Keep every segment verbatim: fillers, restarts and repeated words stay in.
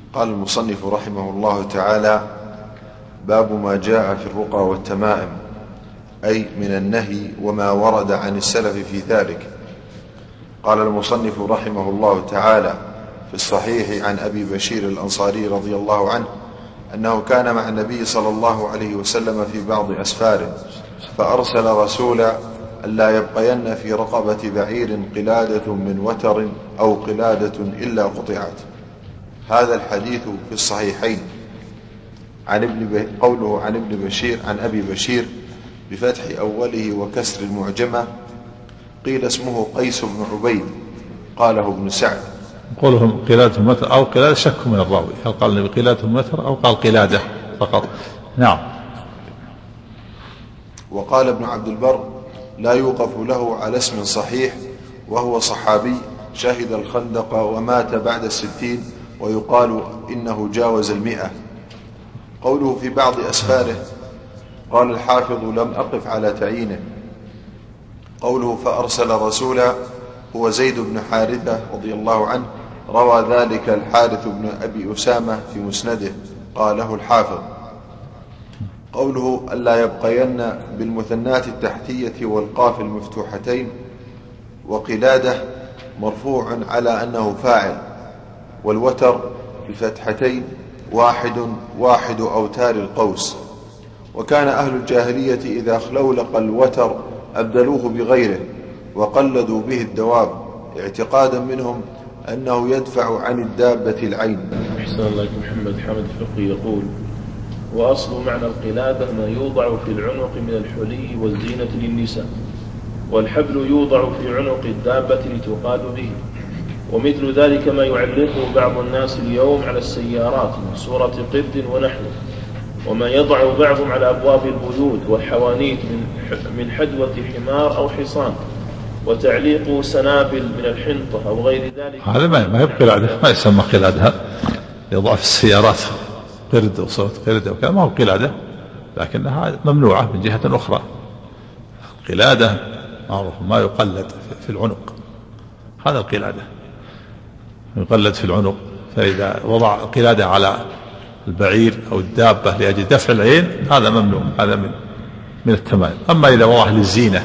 قال المصنف رحمه الله تعالى: باب ما جاء في الرقى والتمائم، أي من النهي وما ورد عن السلف في ذلك. قال المصنف رحمه الله تعالى في الصحيح عن أبي بشير الأنصاري رضي الله عنه أنه كان مع النبي صلى الله عليه وسلم في بعض أسفاره، فأرسل رسولا ألا يبقين في رقبة بعير قلادة من وتر أو قلادة إلا قطعت. هذا الحديث في الصحيحين. عن ابن ب... قوله عن ابن بشير عن أبي بشير بفتح أوله وكسر المعجمة، قيل اسمه قيس بن عبيد، قاله ابن سعد. قولهم قلادة متر أو قلادة شك من الراوي، هل قال النبي قلادة متر أو قال قلادة فقط. نعم. وقال ابن عبد البر: لا يوقف له على اسم صحيح، وهو صحابي شهد الخندق ومات بعد الستين، ويقال إنه جاوز المئة. قوله في بعض أسفاره، قال الحافظ: لم أقف على تعيينه. قوله فأرسل رسولا هو زيد بن حارثة رضي الله عنه، روى ذلك الحارث بن أبي أسامة في مسنده، قاله الحافظ. قوله ألا يبقين بالمثنات التحتية والقاف المفتوحتين وقلادة مرفوع على أنه فاعل، والوتر بفتحتين واحد واحد أوتار القوس. وكان أهل الجاهلية إذا خلولق الوتر أبدلوه بغيره وقلدوا به الدواب، اعتقادا منهم أنه يدفع عن الدابة العين. أحسن الله. محمد حامد الفقي يقول: وأصل معنى القلادة ما يوضع في العنق من الحلي والزينة للنساء، والحبل يوضع في عنق الدابة لتقاد به، ومثل ذلك ما يعلقه بعض الناس اليوم على السيارات من صورة قرد ونحوه، وما يضع بعضهم على أبواب البيوت والحوانيت من حدوة حمار أو حصان، وتعليق سنابل من الحنطة أو غير ذلك. هذا ما يبقى قلادة، ما يسمى قلادة. يضع في السيارات قرد وصورة قرد وكذا، ما هو قلادة، لكنها ممنوعة من جهة أخرى. قلادة معروف ما يقلد في العنق، هذا القلادة يقلد في العنق. فإذا وضع قلادة على البعير أو الدابة لأجل دفع العين هذا ممنوع، هذا من من التمائم. أما إذا وضع للزينة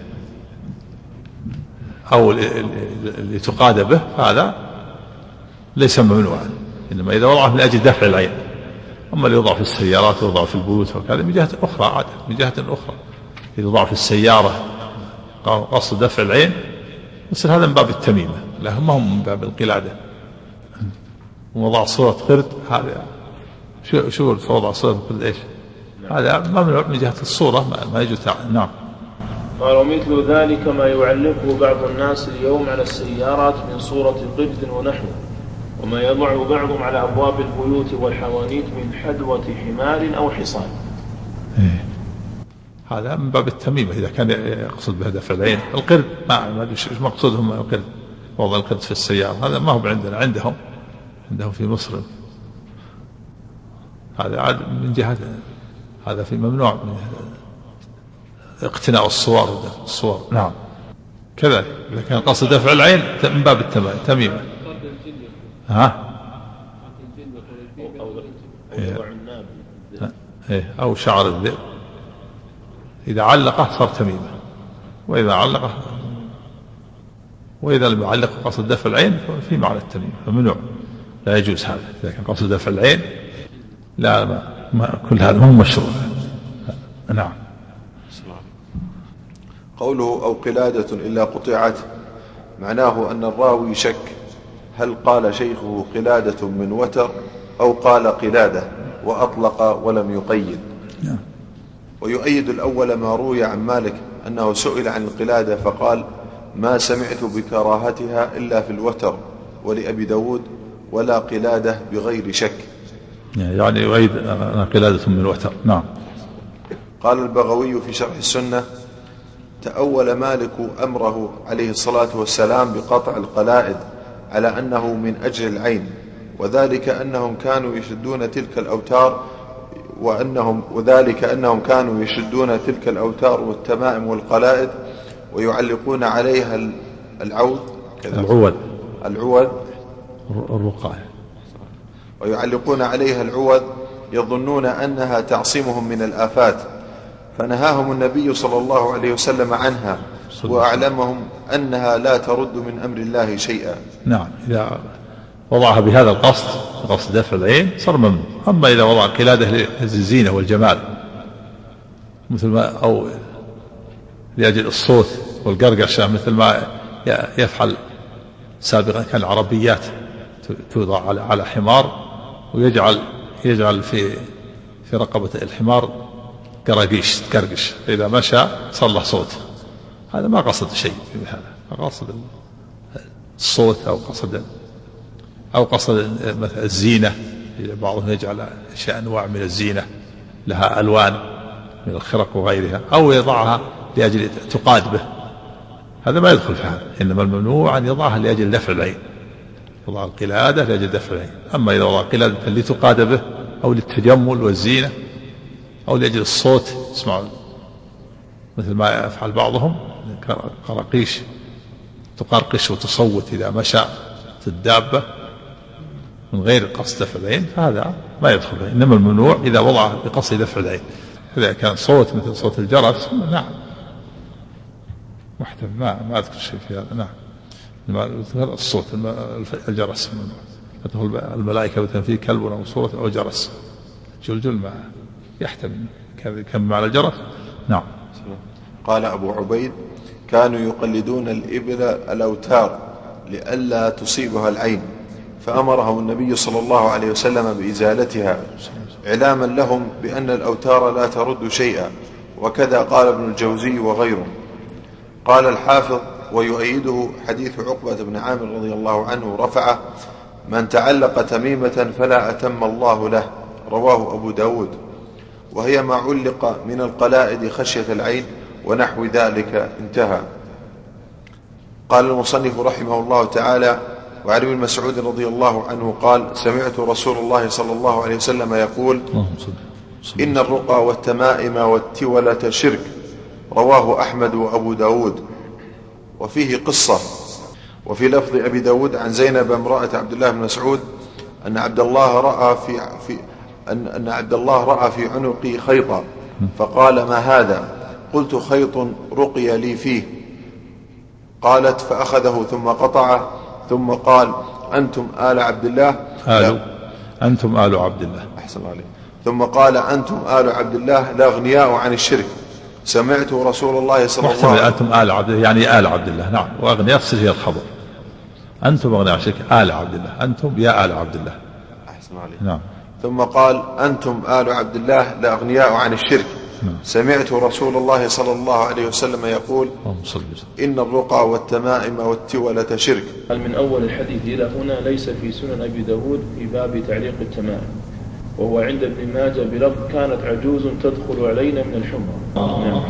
أو لتقاد به هذا ليس ممنوعا، إنما إذا وضعه لأجل دفع العين. أما اللي يوضع في السيارات ويوضع في البيوت وكذا من جهة أخرى، عادة من جهة أخرى. إذا وضع في السيارة قصد دفع العين يصير هذا من باب التميمة، لا ما هم من باب القلادة. ووضع صورة قرد هذا شو شو وضع صورة قرد إيش؟ هذا ممنوع من جهة الصورة، ما, ما يجوز. نعم. قال: ومثل ذلك ما يعلقه بعض الناس اليوم على السيارات من صورة قرد ونحوه، وما يضع بعضهم على أبواب البيوت والحوانيت من حدوة حمار أو حصان. إيه. هذا من باب التميمة إذا كان يقصد بهدف العين. القرد ما أدري إيش مقصودهم القرد، وضع القرد في السيارة هذا ما هو عندنا، عندهم عندهم في مصر. هذا عاد من جهة هذا في ممنوع من اقتناء الصور الصور. نعم. كذلك إذا كان قصد دفع العين من باب التميمة. ها؟ إيه أو شعر الذئب إذا علقه صار تميمة، وإذا علقه وإذا لم يعلقه قصد دفع العين في معنى التميمة، فممنوع، لا يجوز هذا. إذا كان قصد دفع العين لا ما, ما كل هذا مو مشروع. نعم. قوله أو قلادة إلا قطعت معناه أن الراوي شك هل قال شيخه قلادة من وتر أو قال قلادة وأطلق ولم يقيد. نعم. ويؤيد الأول ما روي عن مالك أنه سئل عن القلادة فقال: ما سمعت بكراهتها إلا في الوتر، ولأبي داود: ولا قلادة بغير شك. يعني يؤيد قلادة من وتر. نعم. قال البغوي في شرح السنة: تأول مالك أمره عليه الصلاة والسلام بقطع القلائد على أنه من أجل العين، وذلك أنهم كانوا يشدون تلك الأوتار وأنهم وذلك أنهم كانوا يشدون تلك الأوتار والتمائم والقلائد ويعلقون عليها العود العود العود الرقاع ويعلقون عليها العوذ يظنون أنها تعصمهم من الآفات، فنهاهم النبي صلى الله عليه وسلم عنها وأعلمهم أنها لا ترد من أمر الله شيئا. نعم، إذا وضعها بهذا القصد، قصد دفع العين، صار ممنوع. أما إذا وضع قلادة للزينة والجمال مثل ما أو لأجل الصوت والقرقشة مثل ما يفعل سابقا كان العربيات توضع على على حمار ويجعل يجعل في في رقبة الحمار قراقيش تقرقش، إذا مشى صار له صوت. هذا ما قصد شيء بهذا، ما قصد الصوت أو قصد أو قصد مثل الزينة. بعضهم يجعل أشياء أنواع من الزينة لها ألوان من الخرق وغيرها، أو يضعها لأجل تقاد به، هذا ما يدخل في هذا. إنما الممنوع أن يضعها لأجل دفع العين، يضع القلادة لأجل دفع العين. أما إذا وضع قلادة لتقاد به أو للتجمل والزينة أو لأجل الصوت، اسمعوا مثل ما يفعل بعضهم قراقيش تقرقش وتصوت إذا مشى في الدابة من غير قصد دفع العين، فهذا ما يدخل فيه. إنما الممنوع إذا وضع بقصد دفع العين. إذا كان صوت مثل صوت الجرس، نعم محتمل، ما ما أذكر شيء في هذا. نعم، الصوت الجرس تدخل الملائكة مثلا فيه كلب أو صورة أو جرس جلجل، ما يحتمل كم معنى الجرس. نعم. قال أبو عبيد: كانوا يقلدون الإبل الأوتار لئلا تصيبها العين، فأمرهم النبي صلى الله عليه وسلم بإزالتها إعلاما لهم بأن الأوتار لا ترد شيئا، وكذا قال ابن الجوزي وغيره. قال الحافظ: ويؤيده حديث عقبة بن عامر رضي الله عنه رفعه: من تعلق تميمة فلا أتم الله له، رواه أبو داود، وهي ما علق من القلائد خشية العين ونحو ذلك، انتهى. قال المصنف رحمه الله تعالى: وعن ابن مسعود رضي الله عنه قال: سمعت رسول الله صلى الله عليه وسلم يقول: إن الرقى والتمائم والتولة شرك، رواه أحمد وأبو داود. وفيه قصة. وفي لفظ أبي داود عن زينب امرأة عبد الله بن مسعود أن عبد الله رأى في, في أن, أن عبد الله رأى في عنقي خيطا، فقال: ما هذا؟ قلت: خيط رقي لي فيه. قالت: فأخذه ثم قطعه، ثم قال: أنتم آل عبد الله آل أنتم آل عبد الله. أحسن عليك. ثم قال: أنتم آل عبد الله لا أغنياء عن الشرك، سمعت رسول الله صلى الله عليه وسلم. أنتم آل عبد الله يعني آل عبد الله، نعم، وأغنياء هي الخبر. أنتم أغنياء عن الشرك آل عبد الله، أنتم يا آل عبد الله. أحسن عليك. نعم. ثم قال: أنتم آل عبد الله لا أغنياء عن الشرك، نعم. سمعت رسول الله صلى الله عليه وسلم يقول: إن الرقى والتمائم والتولة شرك. من أول الحديث إلى هنا ليس في سنن أبي داود في باب تعليق التمائم، وهو عند ابن ماجه بلفظ: كانت عجوز تدخل علينا من الحمى. نعم.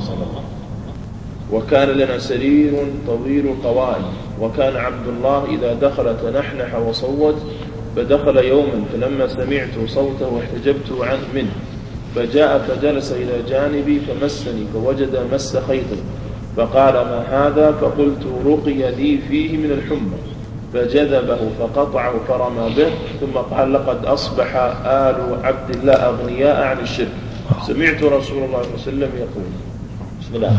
وكان لنا سرير طويل القوائم، وكان عبد الله إذا دخل تنحنح وصوت، فدخل يوما فلما سمعت صوته احتجبت عنه منه، فجاء فجلس إلى جانبي فمسني فوجد مس خيط، فقال: ما هذا؟ فقلت: رقي لي فيه من الحمى، فجذبه فقطعه فرمى به، ثم قال: لقد أصبح آل عبد الله أغنياء عن الشرك، سمعت رسول الله صلى الله عليه وسلم يقول. بسم الله.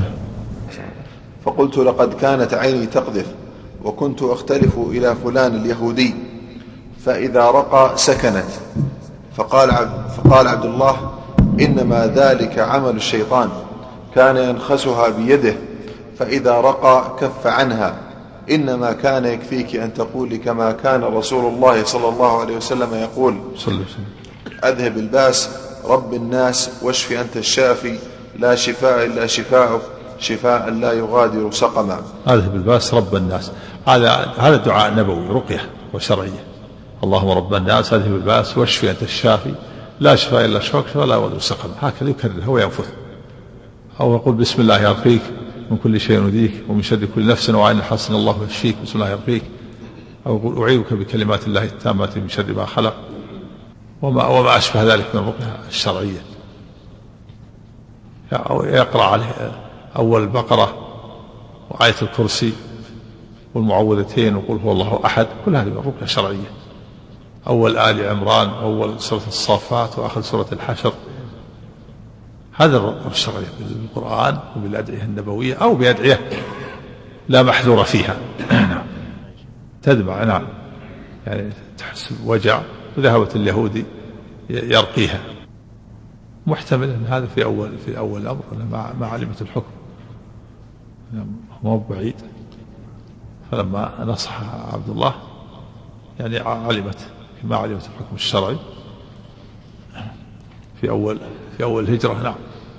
فقلت: لقد كانت عيني تقذف، وكنت أختلف إلى فلان اليهودي، فإذا رقى سكنت. فقال عبد, فقال عبد الله: إنما ذلك عمل الشيطان، كان ينخسها بيده، فإذا رقى كف عنها. إنما كان يكفيك أن تقولي كما كان رسول الله صلى الله عليه وسلم يقول: أذهب الباس رب الناس واشف أنت الشافي، لا شفاء إلا شفاءك، شفاء لا يغادر سقما. أذهب الباس رب الناس، هذا هذا دعاء نبوي رقية وشرعية. اللهم رب الناس أذهب الباس واشف أنت الشافي، لا شفاء إلا شفاءك، شفاء لا يغادر سقما. هكذا يكررها وينفث. أو يقول: بسم الله يرقيك من كل شيء يؤذيك، ومن شر كل نفس وعين حسن الله يشفيك، بسم الله يرقيك. أو يقول: أعيذك بكلمات الله التامات من شر ما خلق، وما, وما أشبه ذلك من الرقية الشرعية. أو يقرأ عليه أول البقرة وآية الكرسي والمعوذتين وقل هو الله أحد، كل هذه الرقية الشرعية. أول آل عمران، أول سورة الصافات، وآخر سورة الحشر. هذا الرقى الشرعي بالقرآن وبالأدعية النبوية أو بأدعية لا محذور فيها. تدمع، نعم، يعني تحس بوجع، وذهبت اليهودي يرقيها. محتمل أن هذا في أول في أول الأمر ما علمت الحكم، مو بعيد. فلما نصح عبد الله يعني علمت ما علمت الحكم الشرعي في أول في أول الهجرة. نعم.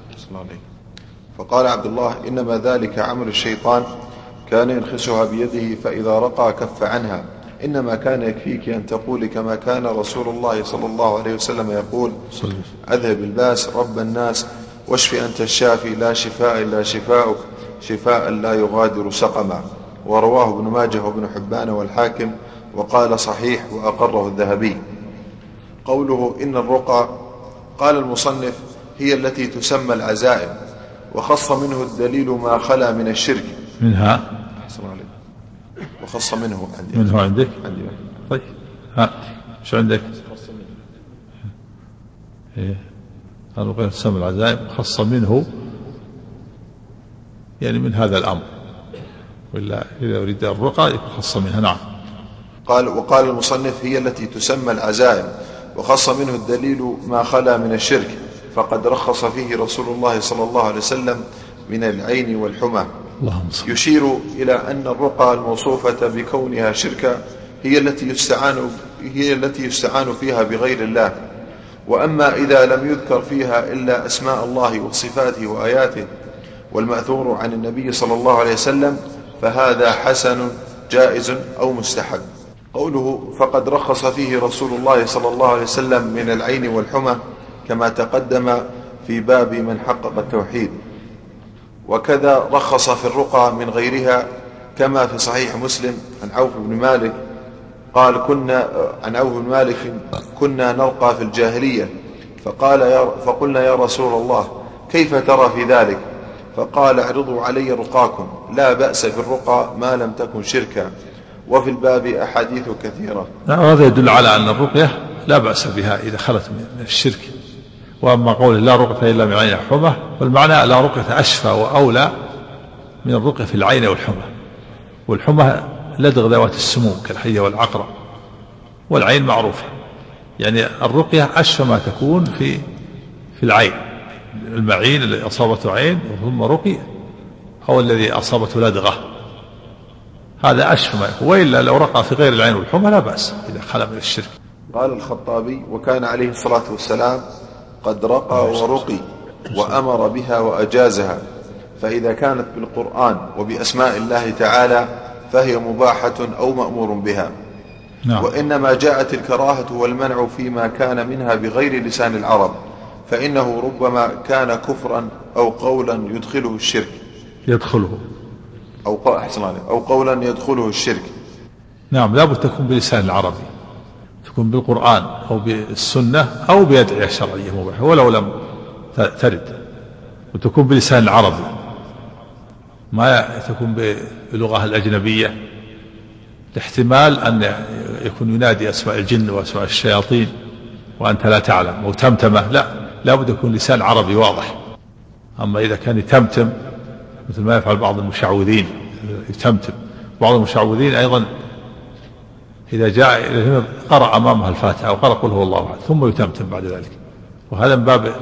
فقال عبد الله: إنما ذلك عمل الشيطان، كان ينخسها بيده فإذا رقى كف عنها، إنما كان يكفيك أن تقول كما كان رسول الله صلى الله عليه وسلم يقول: أذهب الباس رب الناس واشف أنت الشافي لا شفاء إلا شفاؤك شفاء لا يغادر سقما. ورواه ابن ماجه وابن حبان والحاكم وقال صحيح وأقره الذهبي. قوله إن الرقى، قال المصنف: هي التي تسمى العزائم، وخص منه الدليل ما خلا من الشرك منها. وخص منه عندي منه عندك عندي طيب، ها شو عندك؟ ايه الرقية تسمى العزائم، خص منه يعني من هذا الأمر، ولا إذا أريد الرقى يكون خص منها. نعم. قال وقال المصنف: هي التي تسمى العزائم، وخص منه الدليل ما خلا من الشرك، فقد رخص فيه رسول الله صلى الله عليه وسلم من العين والحمى. يشير إلى أن الرقى الموصوفة بكونها شركا هي التي يستعان هي التي يستعان فيها بغير الله. وأما إذا لم يذكر فيها إلا أسماء الله وصفاته وآياته والمأثور عن النبي صلى الله عليه وسلم فهذا حسن جائز أو مستحب. قوله فقد رخص فيه رسول الله صلى الله عليه وسلم من العين والحمى كما تقدم في باب من حقق التوحيد. وكذا رخص في الرقى من غيرها كما في صحيح مسلم عن عوف بن مالك قال: كنا عن عوف بن مالك كنا نرقى في الجاهلية، فقال يا فقلنا يا رسول الله كيف ترى في ذلك؟ فقال: اعرضوا علي رقاكم، لا بأس بالرقى ما لم تكن شركا. وفي الباب أحاديث كثيرة. هذا يدل على أن الرقية لا بأس بها إذا خلت من الشرك. وأما قوله لا رقية إلا من عين الحمى، والمعنى لا رقية أشفى وأولى من الرقية في العين والحمى. والحمى لدغ ذوات السموم كالحية والعقرب، والعين معروفة، يعني الرقية أشفى ما تكون في في العين. المعين الذي أصابته عين ثم رقي، أو الذي أصابته لدغة، هذا أشفى ما يكون. وإلا لو رقى في غير العين والحمى لا بأس إذا خلا من الشرك. قال الخطابي: وكان عليه الصلاة والسلام قد رقى ورقي وأمر بها وأجازها، فإذا كانت بالقرآن وبأسماء الله تعالى فهي مباحة أو مأمور بها. نعم. وإنما جاءت الكراهة والمنع فيما كان منها بغير لسان العرب، فإنه ربما كان كفرا أو قولا يدخله الشرك يدخله أو, أو قولا يدخله الشرك. نعم، لابد تكون بلسان العربي، تكون بالقرآن أو بالسنة أو بأدعية شرعية مباحة ولو لم ترد، وتكون بلسان العربي، ما تكون باللغة الأجنبية، لاحتمال أن يكون ينادي أسماء الجن وأسماء الشياطين وأنت لا تعلم، أو تمتمة. لا، لابد يكون لسان عربي واضح. أما إذا كان يتمتم مثل ما يفعل بعض المشعوذين، يتمتم بعض المشعوذين أيضا إذا جاء إلى هنا قرأ أمامها الفاتحة أو قرأ قل هو الله أحد ثم يتمتم بعد ذلك، وهذا من باب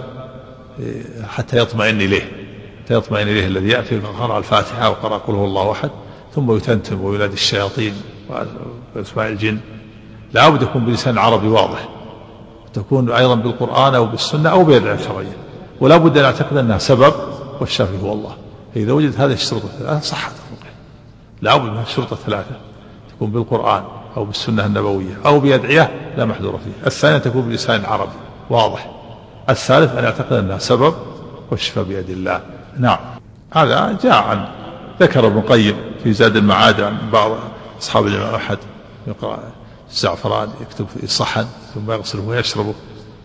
حتى يطمئن إليه حتى يطمئن إليه الذي يأتي قرأ الفاتحة أو قرأ قل هو الله أحد ثم يتمتم وينادي الشياطين وأسماء الجن. لا بد يكون بلسان عربي واضح، تكون أيضا بالقرآن أو بالسنة أو بأدعية شرعية، ولا بد أن نعتقد أنها سبب والشافي هو الله. إذا وجدت هذه الشروط الثلاثة صحت الرقية. لا بد من الشروط الثلاثة، تكون بالقرآن أو بالسنة النبوية أو بأدعية لا محذور فيه. الثانية تكون بلسان عربي واضح. الثالث أن يعتقد أنها سبب والشفاء بيد الله. نعم، هذا جاء عن ذكر ابن القيم في زاد المعاد عن بعض أصحاب الإمام أحد يقرأ الزعفران يكتب في صحن ثم يغسله ويشربه،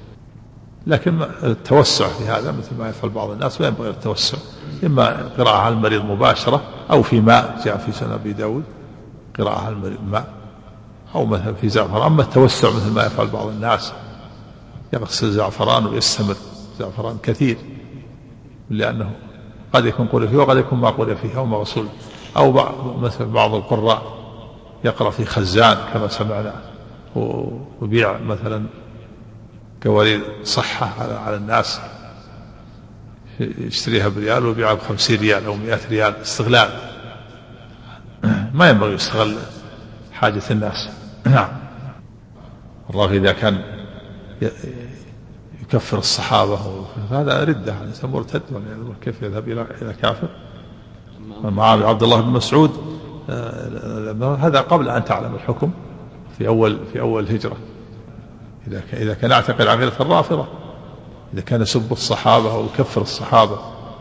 لكن التوسع في هذا مثل ما يفعل بعض الناس لا ينبغي التوسع، إما قراءة على المريض مباشرة أو في ماء، جاء في سنن أبي داود قراءة على المريض ماء أو مثلا في زعفران. أما التوسع مثل ما يفعل بعض الناس يغسل زعفران ويستمر زعفران كثير، لأنه قد يكون قرئ فيه وقد يكون ما قرئ فيه أو مغسول. أو بعض مثل بعض القراء يقرأ في خزان كما سمعنا ويبيع مثلا قوارير صحة على الناس، يشتريها بريال ويبيعها بخمسين ريال أو مئة ريال استغلال. ما ينبغي يستغل حاجة الناس. نعم. الله إذا كان يكفر الصحابة هذا ردة، هذا مرتد، كيف يذهب إلى كافر؟ مع عبد الله بن مسعود هذا قبل أن تعلم الحكم في أول في أول الهجرة. إذا كان إذا كان يعتقد عقيدة الرافضة، إذا كان يسب الصحابة أو يكفر الصحابة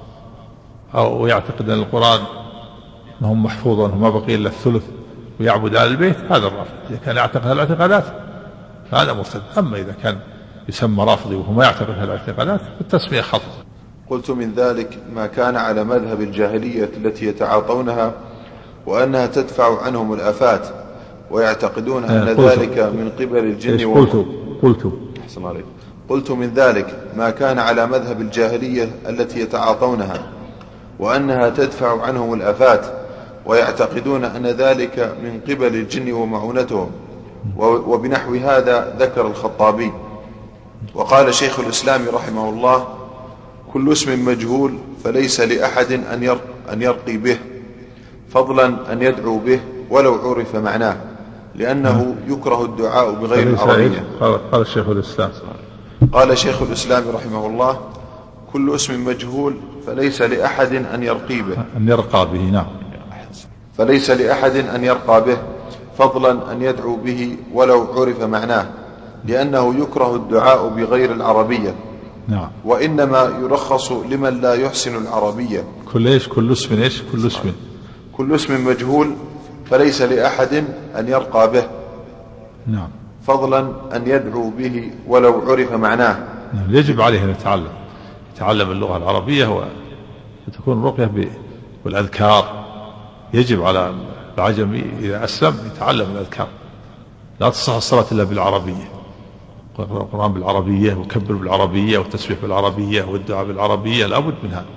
أو يعتقد أن القرآن ما هم محفوظ وأنه ما بقي إلا الثلث ويعبد آل البيت، هذا الرافض. إذا كان يعتقد هالاعتقادات هذا مرتد. أما إذا كان يسمى رافضي وهو ما يعتقد هالاعتقادات التسمية خطأ. قلت من ذلك ما كان على مذهب الجاهلية التي يتعاطونها وأنها تدفع عنهم الآفات، ويعتقدون أن ذلك من قبل الجن. قلت قلت أحسن عليك. قلت من ذلك ما كان على مذهب الجاهلية التي يتعاطونها وأنها تدفع عنهم الآفات، ويعتقدون أن ذلك من قبل الجن ومعونتهم. وبنحو هذا ذكر الخطابي. وقال شيخ الإسلام رحمه الله: كل اسم مجهول فليس لأحد أن يرقي به، فضلا أن يدعو به ولو عرف معناه، لأنه يكره الدعاء بغير العربية. قال الشيخ الإسلام قال شيخ الإسلام رحمه الله: كل اسم مجهول فليس لأحد أن يرقي به أن يرقى به نعم فليس لأحد أن يرقى به فضلا أن يدعو به ولو عرف معناه، لأنه يكره الدعاء بغير العربية. نعم. وإنما يرخص لمن لا يحسن العربية. كل إيش كل اسم إيش كل اسم كل اسم مجهول فليس لأحد أن يرقى به نعم فضلا أن يدعو به ولو عرف معناه. نعم. يجب عليه أن يتعلم يتعلم اللغة العربية وتكون الرقية والأذكار. يجب على العجمي إذا أسلم يتعلم الأذكار. لا تصح الصلاة إلا بالعربية، القرآن بالعربية وكبر بالعربية والتسبيح بالعربية والدعاء بالعربية، لابد من هذا.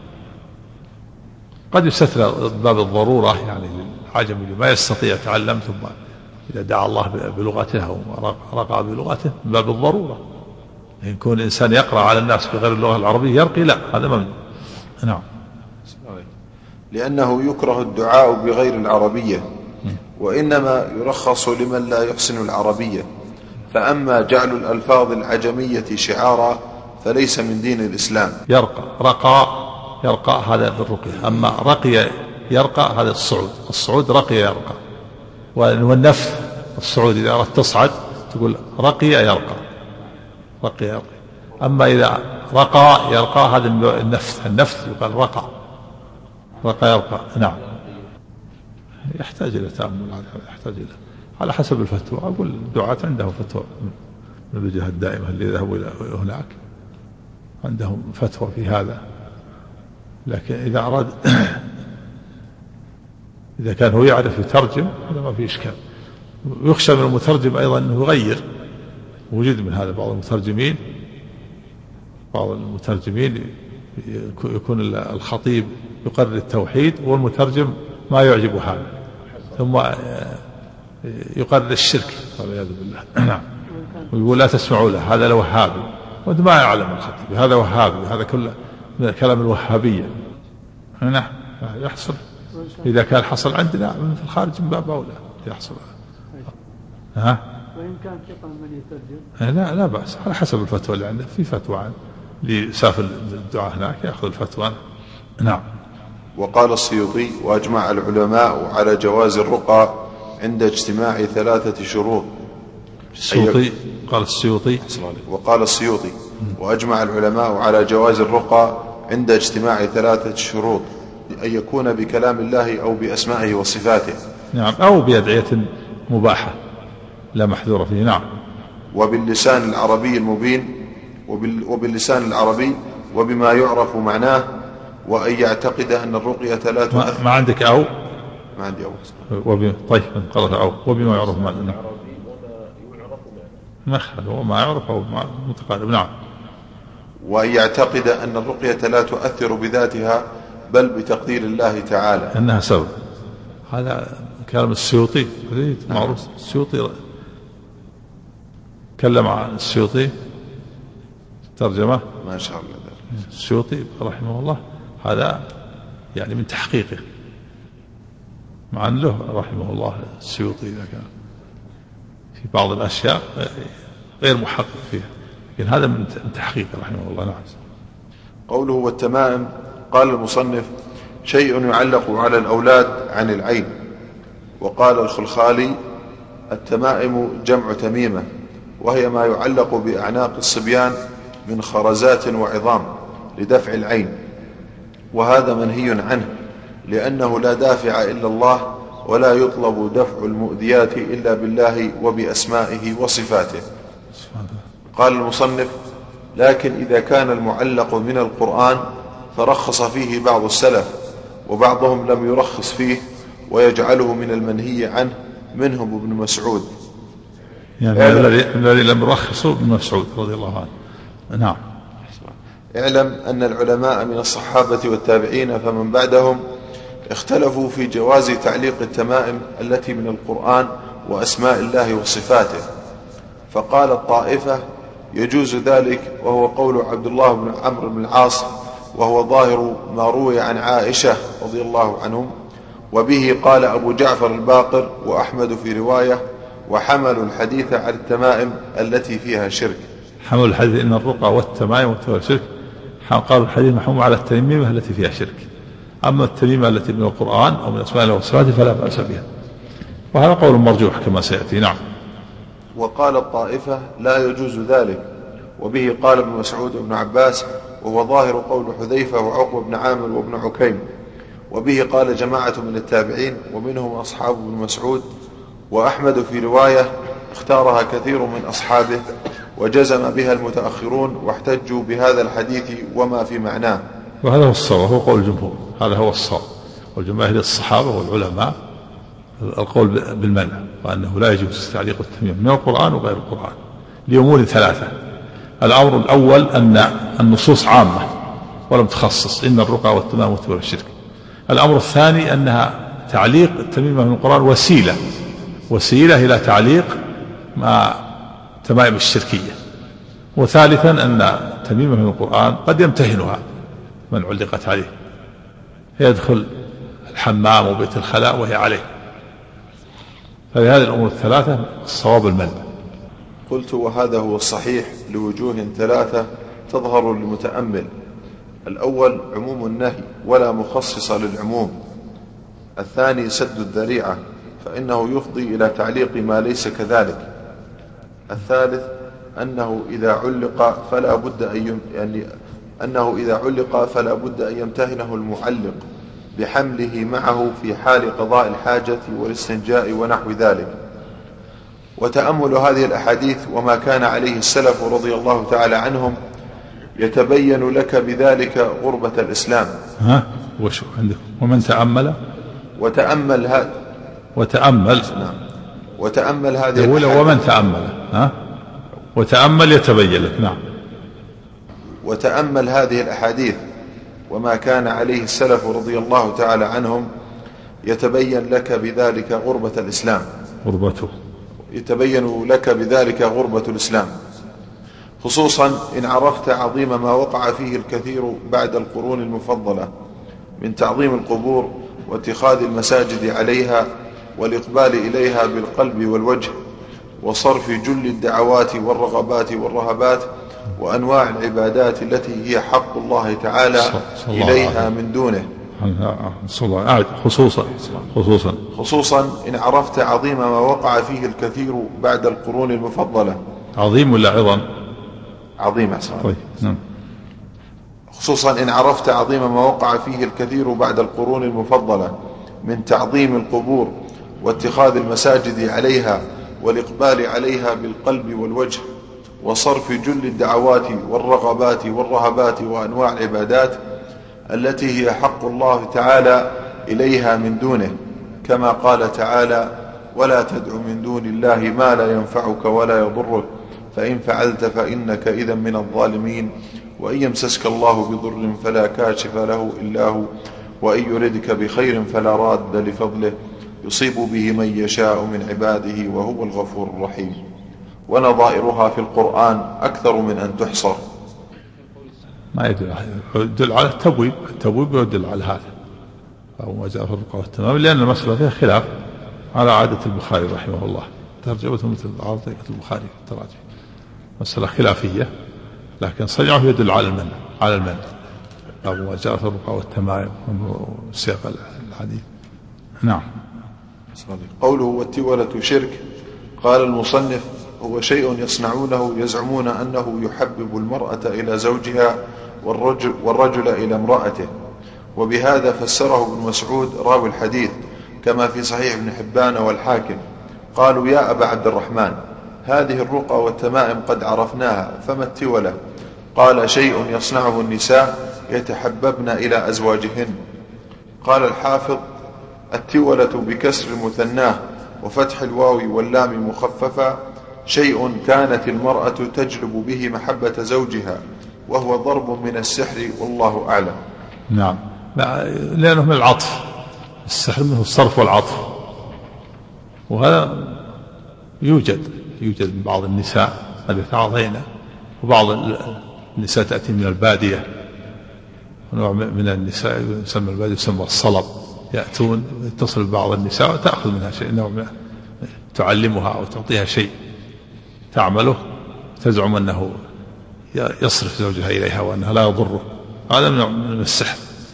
قد يستثنى باب الضرورة، يعني العجمي اللي ما يستطيع يتعلم ثم إذا دعا الله بلغته ورقى بلغته من باب الضرورة. إن يكون إنسان يقرأ على الناس بغير اللغة العربية يرقي، لا هذا ممنوع. نعم. لأنه يكره الدعاء بغير العربية، وإنما يرخص لمن لا يحسن العربية. فأما جعل الألفاظ العجمية شعارا فليس من دين الإسلام. يرقى رقى يرقى هذا بالرقية. أما رقي يرقى هذا الصعود. الصعود رقي يرقى، والنفث الصعود إذا أردت تصعد تقول رقي يرقى رقي يرقى. أما إذا رقى يرقى هذا النفث النفث يقال رقى رقى يرقى. نعم. يحتاج إلى تأمل، يحتاج إلى على حسب الفتوى. أقول الدعاة عندهم فتوى من الجهة الدائمة اللي ذهبوا إلى هناك عندهم فتوى في هذا. لكن إذا أراد إذا كان هو يعرف يترجم هذا ما في إشكال. يخشى من المترجم أيضا أنه يغير. وجد من هذا بعض المترجمين بعض المترجمين يكون الخطيب يقرر التوحيد والمترجم ما يعجب هذا، ثم يقرر الشرك والعياذ بالله. نعم. ويقول لا تسمعوا له، هذا لوهابي، وانت ما يعلم الخطيب هذا وهابي، هذا كله من كلام الوهابية. نعم يحصل. إذا كان حصل عندنا في الخارج من باب أولى يحصل. ها؟ وإن كان ثقة من يترجم لا لا بأس، على حسب الفتوى اللي عنده. في فتوى عن لسافر الدعاء هناك يأخذ الفتوى. نعم. وقال السيوطي: وأجمع العلماء على جواز الرقى عند اجتماع ثلاثة شروط. السيوطي قال السيوطي وقال السيوطي: وأجمع العلماء على جواز الرقى عند اجتماع ثلاثة شروط: أن يكون بكلام الله أو بأسمائه وصفاته. نعم. أو بأدعية مباحة لا محذور فيه. نعم. وباللسان العربي المبين وباللسان العربي وبما يعرف معناه، وأن يعتقد أن الرقية لا تؤثر. ما عندك أو ما عندي أو وب... طيب قرأت أو وبما يعرف معناه. مخرج هو ما يعرف أو ما متقارب. نعم. وأن يعتقد أن الرقية لا تؤثر بذاتها بل بتقدير الله تعالى أنها سبب. هذا كلام السيوطي معروف. السيوطي تكلم عن السيوطي ترجمة ما شاء الله. السيوطي رحمه الله هذا يعني من تحقيقه، مع أن له رحمه الله السيوطي إذا كان في بعض الأشياء غير محقق فيها، لكن هذا من تحقيقه رحمه الله. نعم. قوله والتمائم، قال المصنف شيء يعلق على الأولاد عن العين. وقال الخلخالي التمائم جمع تميمة، وهي ما يعلق بأعناق الصبيان من خرزات وعظام لدفع العين، وهذا منهي عنه لأنه لا دافع إلا الله، ولا يطلب دفع المؤذيات إلا بالله وبأسمائه وصفاته. قال المصنف لكن إذا كان المعلق من القرآن فرخص فيه بعض السلف، وبعضهم لم يرخص فيه ويجعله من المنهي عنه، منهم ابن مسعود. يعني الذي لم يرخصه ابن مسعود رضي الله عنه. نعم. اعلم أن العلماء من الصحابة والتابعين فمن بعدهم اختلفوا في جواز تعليق التمائم التي من القرآن وأسماء الله وصفاته، فقال الطائفة يجوز ذلك، وهو قول عبد الله بن عمرو بن العاص، وهو ظاهر ما روي عن عائشة رضي الله عنهم. وبه قال أبو جعفر الباقر وأحمد في رواية، وحملوا الحديث على التمائم التي فيها شرك. حملوا الحديث إن الرقى والتمائم والتمائم شرك، قالوا الحديث محمول على التميمة التي فيها شرك، أما التميمة التي من القرآن أو من أسماء الله وصفاته فلا بأس بها، وهذا قول مرجوح كما سيأتي. نعم. وقال الطائفة لا يجوز ذلك، وبه قال ابن مسعود وابن عباس، وهو ظاهر قول حذيفة وعقبة بن عامر وابن عكيم. وبه قال جماعة من التابعين ومنهم أصحاب ابن مسعود. وأحمد في رواية اختارها كثير من أصحابه، وجزم بها المتأخرون، واحتجوا بهذا الحديث وما في معناه. وهذا هو الصواب، هو قول الجمهور، هذا هو الصواب، والجماهير الصحابة والعلماء القول بالمنع، وأنه لا يجوز تعليق التميم من القرآن وغير القرآن لأمور ثلاثة. الأمر الأول أن النصوص عامة ولم تخصص إن الرقى والتمام والتمام الشرك. الأمر الثاني أنها تعليق التميمة من القرآن وسيلة وسيلة إلى تعليق مع تمائم الشركية. وثالثا أن التميمة من القرآن قد يمتهنها من علقت عليه، يدخل الحمام وبيت الخلاء وهي عليه. فلهذه الأمور الثلاثة الصواب المنع. قلت وهذا هو الصحيح لوجوه ثلاثة تظهر للمتأمل. الأول عموم النهي ولا مخصص للعموم. الثاني سد الذريعة، فإنه يفضي إلى تعليق ما ليس كذلك. الثالث أنه إذا علق فلا بد أن يعني أنه إذا علق فلا بد أن يمتهنه المعلق بحمله معه في حال قضاء الحاجة والاستنجاء ونحو ذلك. وتأمل هذه الأحاديث وما كان عليه السلف رضي الله تعالى عنهم يتبين لك بذلك غربة الإسلام. ها وشو عندكم؟ ومن تأمل وتأمل هذا وتأمل نعم وتأمل هذه الأحاديث. ومن تأمل ها وتأمل يتبين لك. نعم. وتأمل هذه الأحاديث وما كان عليه السلف رضي الله تعالى عنهم يتبين لك بذلك غربة الإسلام. غربته يتبين لك بذلك غربة الإسلام، خصوصا إن عرفت عظيم ما وقع فيه الكثير بعد القرون المفضلة من تعظيم القبور واتخاذ المساجد عليها والإقبال إليها بالقلب والوجه، وصرف جل الدعوات والرغبات والرهبات وأنواع العبادات التي هي حق الله تعالى إليها من دونه، خصوصا خصوصا خصوصا إن عرفت عظيم ما وقع فيه الكثير بعد القرون المفضلة. عظيم ولا عظم؟ عظيم أحسن. طيب. نعم. خصوصا إن عرفت عظيم ما وقع فيه الكثير بعد القرون المفضلة من تعظيم القبور واتخاذ المساجد عليها والإقبال عليها بالقلب والوجه، وصرف جل الدعوات والرغبات والرهبات وأنواع العبادات التي هي حق الله تعالى إليها من دونه، كما قال تعالى: ولا تدع من دون الله ما لا ينفعك ولا يضرك فإن فعلت فإنك إذا من الظالمين، وإن يمسسك الله بضر فلا كاشف له إلا هو، وإن يردك بخير فلا راد لفضله، يصيب به من يشاء من عباده وهو الغفور الرحيم. ونظائرها في القرآن أكثر من أن تحصر. ما يدل يدل على التبويب، التبويب يدل على هذا أو ما جاء في الرقى والتمام، لأن المسألة فيها خلاف على عادة البخاري رحمه الله، ترجمته مثل عادة البخاري في التراجم، مسألة خلافية، لكن صنعه يدل على المنع على المنع أو ما جاء في الرقى والتمام سياق الحديث. نعم. قوله والتولة شرك، قال المصنف هو شيء يصنعونه يزعمون أنه يحبب المرأة إلى زوجها والرجل, والرجل إلى امرأته، وبهذا فسره ابن مسعود راوي الحديث كما في صحيح ابن حبان والحاكم. قالوا يا أبا عبد الرحمن هذه الرقى والتمائم قد عرفناها، فما التولة؟ قال شيء يصنعه النساء يتحببن إلى أزواجهن. قال الحافظ التولة بكسر المثناه وفتح الواو واللام مخففة شيء كانت المرأة تجلب به محبة زوجها، وهو ضرب من السحر والله أعلم. نعم، لأنه من العطف، السحر منه الصرف والعطف، وهذا يوجد يوجد من بعض النساء قد يتعاطين، وبعض النساء تأتي من البادية، ونوع من النساء يسمى البادية يسمى الصلب، يأتون يتصل ببعض النساء وتأخذ منها شيء، نوع من تعلمها أو تعطيها شيء تعمله، تزعم أنه يصرف زوجها إليها وأنها لا يضره. هذا من السحر،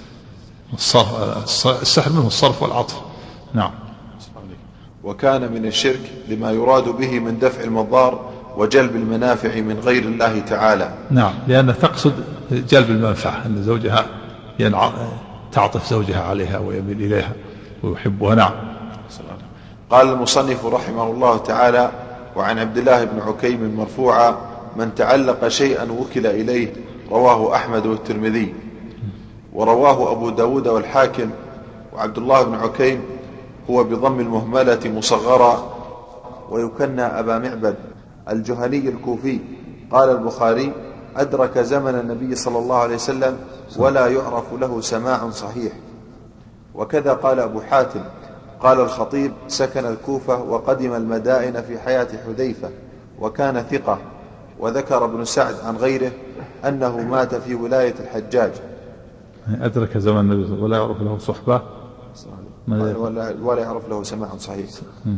السحر منه الصرف والعطف. نعم. وكان من الشرك لما يراد به من دفع المضار وجلب المنافع من غير الله تعالى. نعم، لأنها تقصد جلب المنفعة، أن زوجها ينع... تعطف زوجها عليها ويميل إليها ويحبها. نعم. قال المصنف رحمه الله تعالى وعن عبد الله بن عكيم مرفوعا من تعلق شيئا وكل إليه، رواه أحمد والترمذي، ورواه أبو داود والحاكم. وعبد الله بن عكيم هو بضم المهملة مصغرا ويكنى أبا معبد الجهني الكوفي. قال البخاري أدرك زمن النبي صلى الله عليه وسلم ولا يعرف له سماع صحيح. وكذا قال أبو حاتم. قال الخطيب سكن الكوفة وقدم المدائن في حياة حذيفة وكان ثقة. وذكر ابن سعد عن غيره أنه مات في ولاية الحجاج. أدرك زمن النبي ولا يعرف له صحبة ولا يعرف له سماع صحيح.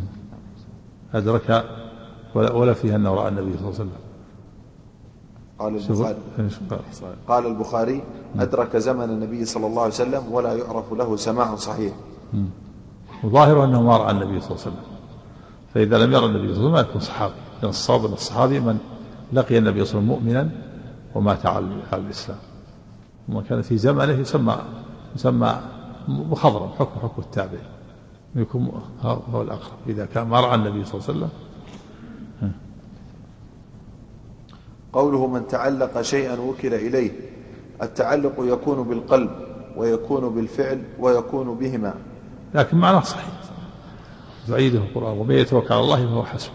أدرك ولا فيها أنه رأى النبي صلى الله عليه وسلم. قال البخاري, قال البخاري أدرك زمن النبي صلى الله عليه وسلم ولا يعرف له سماع صحيح. وظاهره أنه ما رأى النبي صلى الله عليه وسلم، فإذا لم يرى النبي صلى الله عليه وسلم ما يكون صحابي، لأن الصواب أن الصحابي من لقي النبي صلى الله عليه وسلم مؤمنا ومات على الإسلام، وما كان في زمنه يسمى يسمى مخضرم، حكم حكم التابع، يكون هو الأقرب إذا كان ما رأى النبي صلى الله عليه وسلم. قوله من تعلق شيئا وكل إليه، التعلق يكون بالقلب ويكون بالفعل ويكون بهما، لكن معناه صحيح، يعيده القرآن ومن يتوكل على الله فهو حسبه.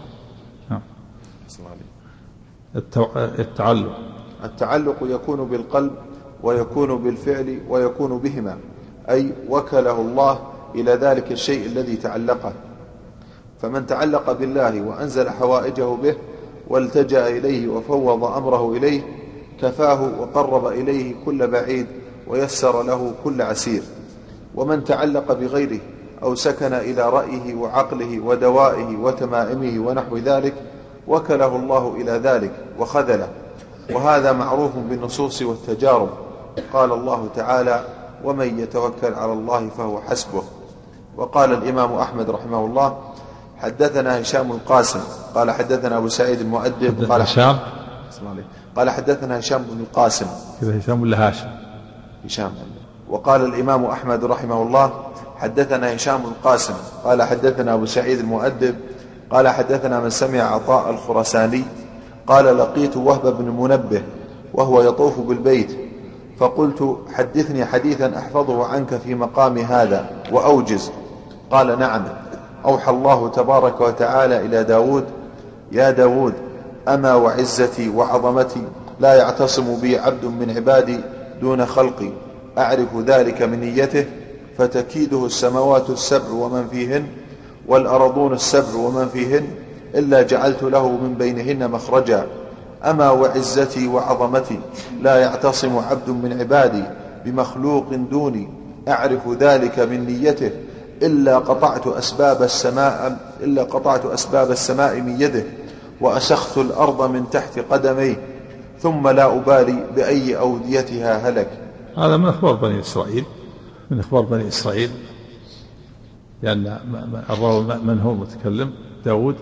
التعلق التعلق يكون بالقلب ويكون بالفعل ويكون بهما، أي وكله الله إلى ذلك الشيء الذي تعلقه. فمن تعلق بالله وأنزل حوائجه به والتجأ إليه وفوض أمره إليه كفاه وقرب إليه كل بعيد ويسر له كل عسير. ومن تعلق بغيره أو سكن إلى رأيه وعقله ودوائه وتمائمه ونحو ذلك وكله الله إلى ذلك وخذله، وهذا معروف بالنصوص والتجارب. قال الله تعالى ومن يتوكل على الله فهو حسبه. وقال الإمام أحمد رحمه الله حدثنا هشام القاسم قال حدثنا أبو سعيد المؤدب قال هشام قال حدثنا هشام بن القاسم كذا هشام ولا هاشم هشام. وقال الإمام أحمد رحمه الله حدثنا هشام القاسم قال حدثنا أبو سعيد المؤدب قال حدثنا من سمع عطاء الخرساني قال لقيت وهب بن منبه وهو يطوف بالبيت فقلت حدثني حديثا أحفظه عنك في مقام هذا وأوجز. قال نعم. أوحى الله تبارك وتعالى إلى داود يا داود أما وعزتي وعظمتي لا يعتصم بي عبد من عبادي دون خلقي أعرف ذلك من نيته فتكيده السماوات السبع ومن فيهن والأرضون السبع ومن فيهن إلا جعلت له من بينهن مخرجا. أما وعزتي وعظمتي لا يعتصم عبد من عبادي بمخلوق دوني أعرف ذلك من نيته إلا قطعت أسباب السماء إلا قطعت أسباب السماء من يده وأسخت الأرض من تحت قدميه ثم لا أبالي بأي أوديتها هلك. هذا من أخبار بني إسرائيل من أخبار بني إسرائيل لأن الراوي من هو المتكلم داود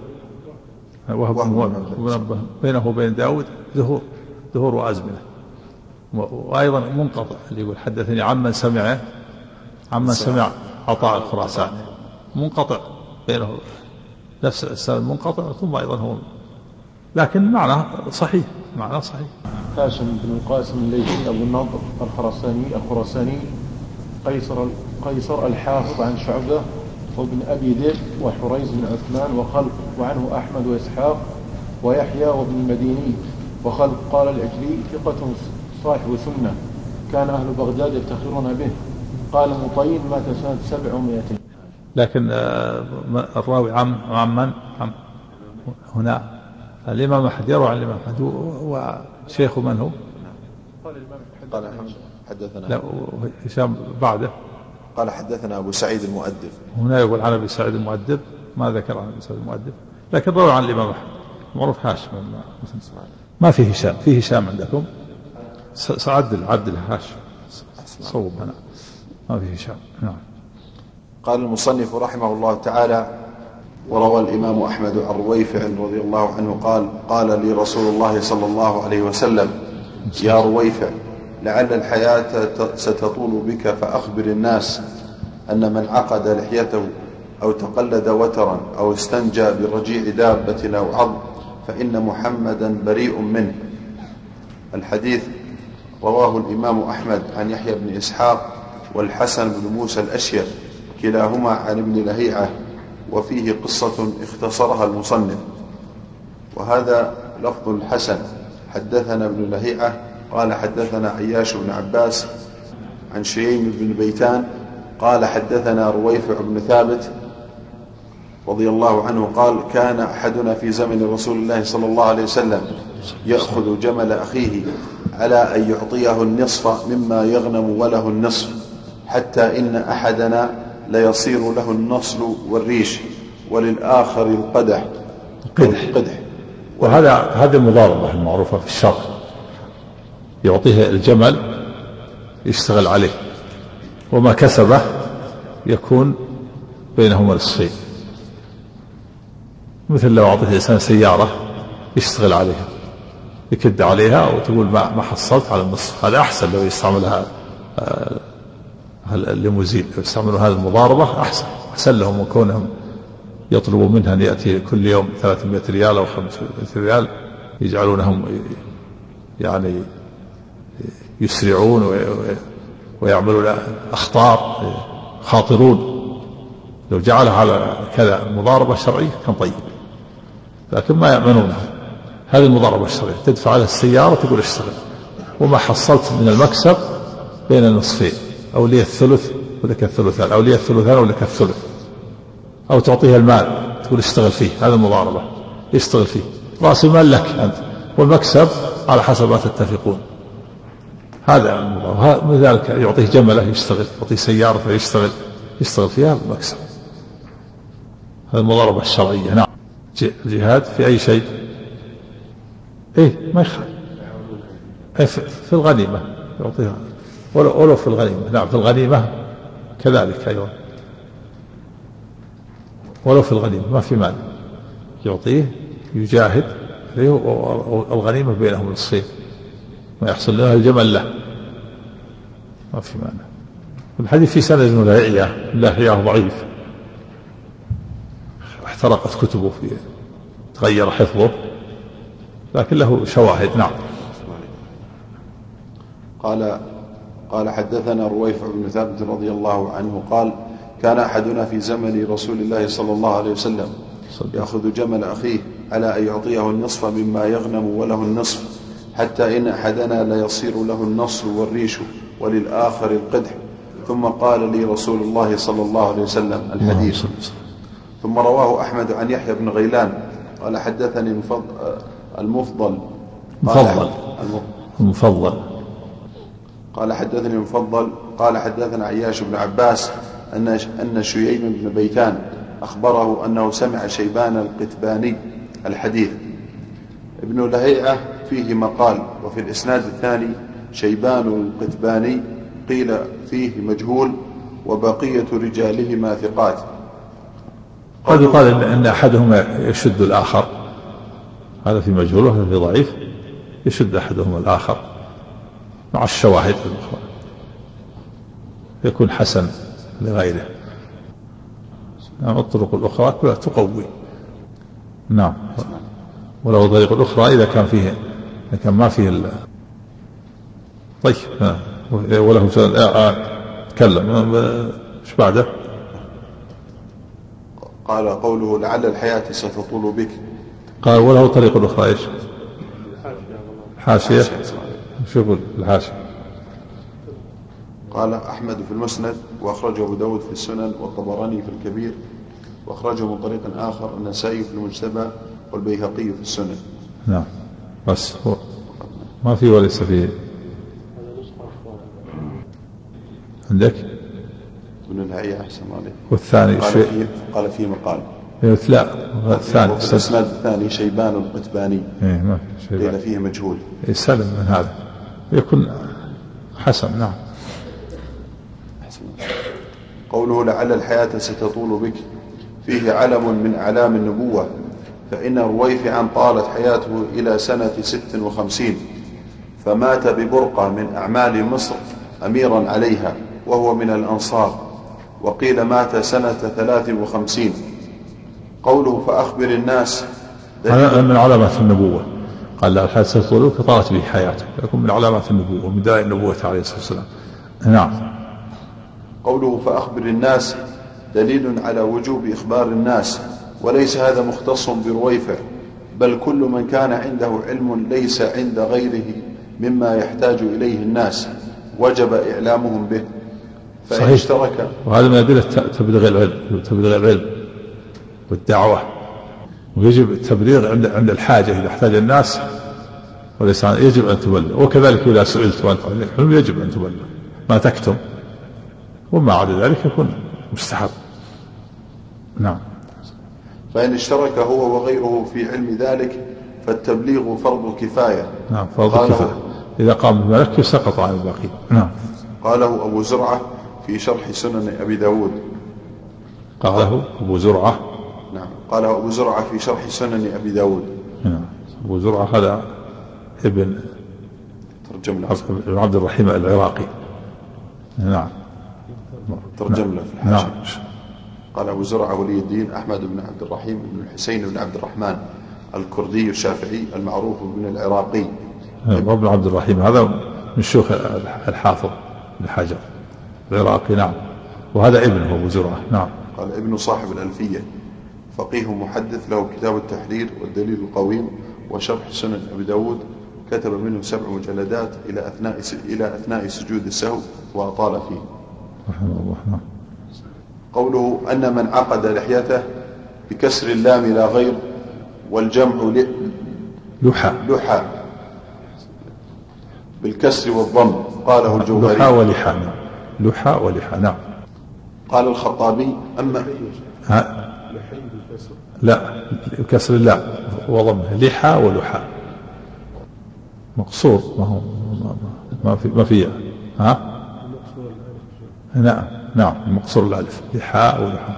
وهو بينه وبين داود ظهور ظهور وأزمنة وأيضا منقطع اللي يقول حدثني عمن سمع عمن سمع عطاء الخراساني منقطع بينه نفس السند منقطع ثم أيضا هو لكن معناه صحيح معناه صحيح. هاشم بن القاسم الليثي أبو النضر الخراساني الخراساني قيصر قيصر الحافظ عن شعبة وابن أبي ذئب وحريز بن عثمان وخلق وعنه أحمد وإسحاق ويحيى وابن المديني وخلق. قال العجلي ثقة صاحب سنة كان أهل بغداد يفتخرون به. قال مطين مات سنة سبع ومائتين. لكن الراوي عم عم من عم هنا الإمام أحمد يروي عن الإمام أحمد وشيخ من هو؟ قال الإمام حدثنا لا هشام بعده قال حدثنا أبو سعيد المؤدب. هنا يقول عن أبي سعيد المؤدب ما ذكر عن أبي سعيد المؤدب لكن روى عن الإمام أحمد معروف هاشم ما فيه هشام فيه هشام عندكم سعدل عدل هاشم صوب هنا ما فيه هشام. نعم. قال المصنف رحمه الله تعالى وروى الإمام أحمد عن رويفع رضي الله عنه قال قال لي رسول الله صلى الله عليه وسلم يا رويفع لعل الحياة ستطول بك فأخبر الناس أن من عقد لحيته أو تقلد وترا أو استنجى برجيع دابة أو عظم فإن محمدا بريء منه. الحديث رواه الإمام أحمد عن يحيى بن إسحاق والحسن بن موسى الأشير كلاهما عن ابن لهيعة وفيه قصة اختصرها المصنف. وهذا لفظ الحسن حدثنا ابن لهيعة قال حدثنا عياش بن عباس عن شيم بن بيتان قال حدثنا رويفع بن ثابت رضي الله عنه قال كان أحدنا في زمن رسول الله صلى الله عليه وسلم يأخذ جمل أخيه على أن يعطيه النصف مما يغنم وله النصف حتى إن أحدنا ليصير له النصل والريش وللآخر القدح قدح. وهذا هذه المضاربة المعروفة في الشرق يعطيه الجمل يشتغل عليه وما كسبه يكون بينهما نصفين مثل لو أعطيه الإنسان سيارة يشتغل عليها يكد عليها وتقول ما ما حصلت على النصف. هذا أحسن لو يستعملها الليموزين لو يستعملوا هذه المضاربة أحسن أحسن لهم وكونهم يطلبوا منها أن يأتي كل يوم ثلاثمائة ريال أو خمسمائة ريال يجعلونهم يعني يسرعون ويعملون أخطار خاطرون. لو جعلها على كذا مضاربة شرعية كان طيب لكن ما يأمنونها. هذه المضاربة الشرعية تدفع على السيارة تقول اشتغل وما حصلت من المكسب بين النصفين أو لي الثلث ولك الثلثان أو لي الثلثان ولك الثلث أو تعطيها المال تقول اشتغل فيه. هذا المضاربة يشتغل فيه رأس المال لك أنت والمكسب على حسب ما تتفقون. هذا المضاربة. من ذلك يعطيه جمله يشتغل يعطيه سيارة فيشتغل يشتغل فيها المكسب. هذا المضاربة الشرعية. نعم. الجهاد في أي شيء إيه ما يخالف في الغنيمة يعطيها ولو في الغنيمة. نعم في الغنيمة كذلك أيضا ولو في الغنيمة ما في مال يعطيه يجاهد والغنيمة بينهم نصفين ما يحصل له الجمل له ما في مانع. الحديث في سند ابن لهيعة لهيعة ضعيف احترقت كتبه في تغير حفظه لكن له شواهد. نعم. قال قال حدثنا رويفع بن ثابت رضي الله عنه قال كان أحدنا في زمن رسول الله صلى الله عليه وسلم يأخذ جمل أخيه على أن يعطيه النصف مما يغنم وله النصف، حتى إن أحدنا ليصير له النصر والريش وللآخر القدح. ثم قال لي رسول الله صلى الله عليه وسلم الحديث. ثم رواه أحمد عن يحيى بن غيلان قال حدثني المفضل مفضل المفضل قال حدثني المفضل قال حدثنا عياش بن عباس أن أن شييم بن بيتان أخبره أنه سمع شيبان القتباني الحديث. ابن لهيعة فيه مقال، وفي الإسناد الثاني شيبان القتباني قيل فيه مجهول وبقية رجالهما ثقات. قد يقال إن أحدهما يشد الآخر، هذا في مجهول وهذا في ضعيف، يشد أحدهما الآخر مع الشواهد الأخرى يكون حسن لغيره. نعم الطرق الأخرى كلها تقوي. نعم ولو الطريق الأخرى إذا كان فيه إذا كان ما فيه ال... طيب وله سؤال تكلم ايش بعده؟ قال قوله لعل الحياة ستطول بك. قال وله طريق أخرى ايش؟ حاشية. شو يقول الحاشية؟ قال أحمد في المسند وأخرجه أبو داود في السنن والطبراني في الكبير، وأخرجه من طريق آخر النسائي في المجتبى والبيهقي في السنن. نعم بس هو ما في وليس فيه عندك ابن الهيئة أحسن عليه. والثاني قال فيه قال فيه مقال لا الثاني في الإسناد الثاني شيبان القتباني إيه ما في قيل فيه مجهول. يسلم من هذا يكون حسن. نعم. قوله لعل الحياة ستطول بك فيه علم من أعلام النبوة، فإن رويفعا طالت حياته إلى سنة ست وخمسين فمات ببرقة من أعمال مصر أميرا عليها وهو من الأنصار، وقيل مات سنة ثلاث وخمسين. قوله فأخبر الناس هذا من علامات النبوة. قال لا الحياة ستطول بك طالت به حياته، يكون من علامات النبوة ومن داعي النبوة عليه الصلاة والسلام. نعم. قوله فأخبر الناس دليل على وجوب إخبار الناس، وليس هذا مختص برويفع، بل كل من كان عنده علم ليس عند غيره مما يحتاج إليه الناس وجب إعلامهم به. فإن اشترك. وهذا من أدلة تبليغ العلم تبليغ العلم والدعوة، ويجب التبليغ عند عند الحاجة إذا احتاج الناس، وليس يجب أن تبلغ. وكذلك إذا سئلت وأنت عن العلم يجب أن تبلغ ما تكتم، وما عدا ذلك يكون مستحب. نعم. فإن اشترك هو وغيره في علم ذلك فالتبليغ فرض كفاية. نعم فرض كفاية، إذا قام بملك سقط عن الباقي. نعم. قاله أبو زرعة في شرح سنن أبي داود. قاله أبو زرعة. نعم قاله أبو زرعة في شرح سنن أبي داود. نعم. أبو زرعة هذا ابن ترجم له ابن عبد الرحيم العراقي. نعم ترجم له في الحاشية. نعم. قال أبو زرعة ولي الدين أحمد بن عبد الرحيم بن الحسين بن عبد الرحمن الكردي الشافعي المعروف بن العراقي. ابن عبد الرحيم هذا من شيوخ الحافظ بن حجر العراقي. نعم. وهذا ابنه أبو زرعة. نعم. قال ابن صاحب الألفية فقيه محدث له كتاب التحرير والدليل القويم وشرح سنن أبي داود، كتب منه سبع مجلدات إلى أثناء إلى أثناء سجود السهو وأطال فيه رحمه الله. نعم. قوله أن من عقد لحيته بكسر اللام لا غير والجمع لحى لحى بالكسر والضم قاله الجوهري. لحى ولحى. نعم. لحى ولحى. نعم. قال الخطابي أما ها لا كسر اللام وضمها لحى ولحى مقصور، ما هو ما في ما في ها نعم. نعم مقصور الألف لحاء ولحى.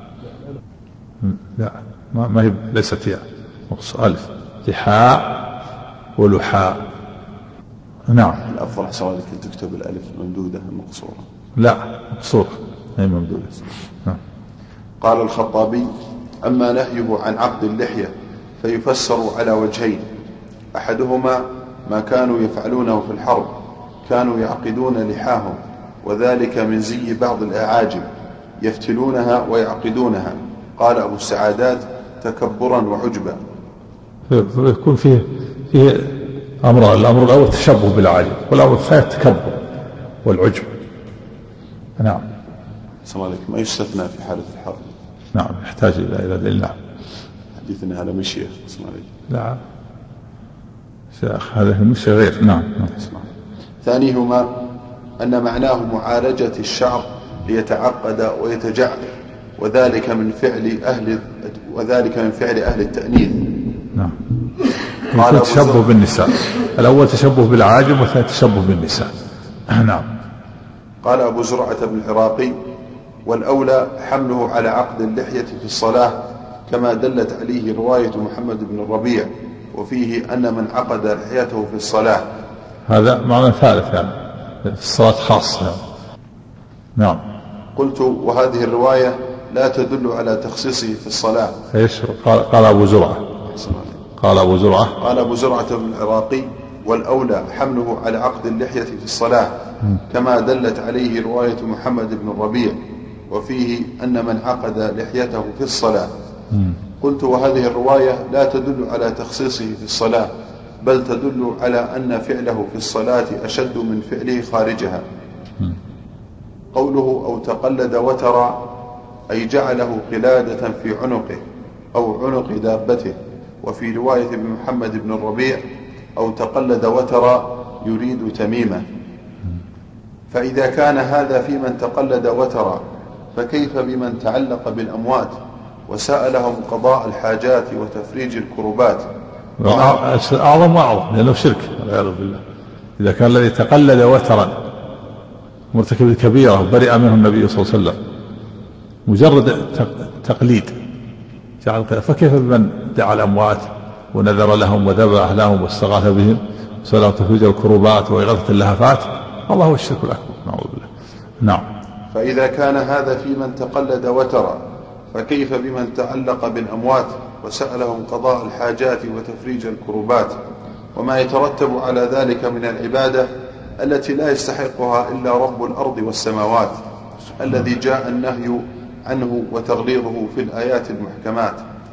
لا ما ما هي ليست هي مقصور ألف لحاء ولحاء. نعم. الأفضل سواء تكتب الألف ممدودة مقصورة. لا مقصورة هي ممدودة. نعم. قال الخطابي أما نهيه عن عقد اللحية فيفسر على وجهين، أحدهما ما كانوا يفعلونه في الحرب، كانوا يعقدون لحاهم، وذلك من زي بعض الأعاجم يفتلونها ويعقدونها. قال أبو السعادات تكبرا وعجبا. فيكون فيه فيه أمر الأمر الأول التشبه بالعاجم، والأمر الثاني التكبر والعجب. نعم. السلام عليكم. ما يستثنى في حالة الحرب؟ نعم يحتاج إلى إلى دليل. نعم. حديثنا هذا مشية. السلام عليكم. لا شيخ هذا المشي غير. نعم. ثانيهما أن معناه معالجة الشعر ليتعقد ويتجعد، وذلك من فعل أهل وذلك من فعل أهل التأنيث. نعم. قال تشبه بالنساء، الأول تشبه بالعاجم والثاني تشبه بالنساء. نعم. قال أبو زرعة بن العراقي: والأولى حمله على عقد اللحية في الصلاة كما دلت عليه رواية محمد بن الربيع، وفيه أن من عقد لحيته في الصلاة. هذا معنى ثالث يعني في الصلاة خاصة. نعم. قلت: وهذه الرواية لا تدل على تخصيصه في الصلاة. ايش قال؟ قال أبو زرعة قال أبو زرعة قال أبو زرعة بن العراقي: والأولى حمله على عقد اللحية في الصلاة كما دلت عليه رواية محمد بن الربيع، وفيه أن من عقد لحيته في الصلاة. قلت: وهذه الرواية لا تدل على تخصيصه في الصلاة، بل تدل على أن فعله في الصلاة أشد من فعله خارجها. قوله أو تقلد وترا أي جعله قلادة في عنقه أو عنق دابته، وفي رواية ابن محمد بن الربيع أو تقلد وترا يريد تميمة. فإذا كان هذا في من تقلد وترا، فكيف بمن تعلق بالأموات وسألهم قضاء الحاجات وتفريج الكربات؟ أعظم وأعظم لأنه شرك والعياذ بالله. إذا كان الذي تقلد وترا مرتكب كبيرة وبرئ منه النبي صلى الله عليه وسلم مجرد تقليد جعل، فكيف بمن دعا الأموات ونذر لهم وذبح لهم واستغاث بهم وسألهم تفريج الكربات وإغاثة اللهفات؟ الله هو الشرك الأكبر، نعوذ بالله. نعم. فإذا كان هذا في من تقلد وترى، فكيف بمن تعلق بالأموات وسألهم قضاء الحاجات وتفريج الكربات وما يترتب على ذلك من العبادة التي لا يستحقها إلا رب الأرض والسماوات، الذي جاء النهي عنه وتغليظه في الآيات المحكمات.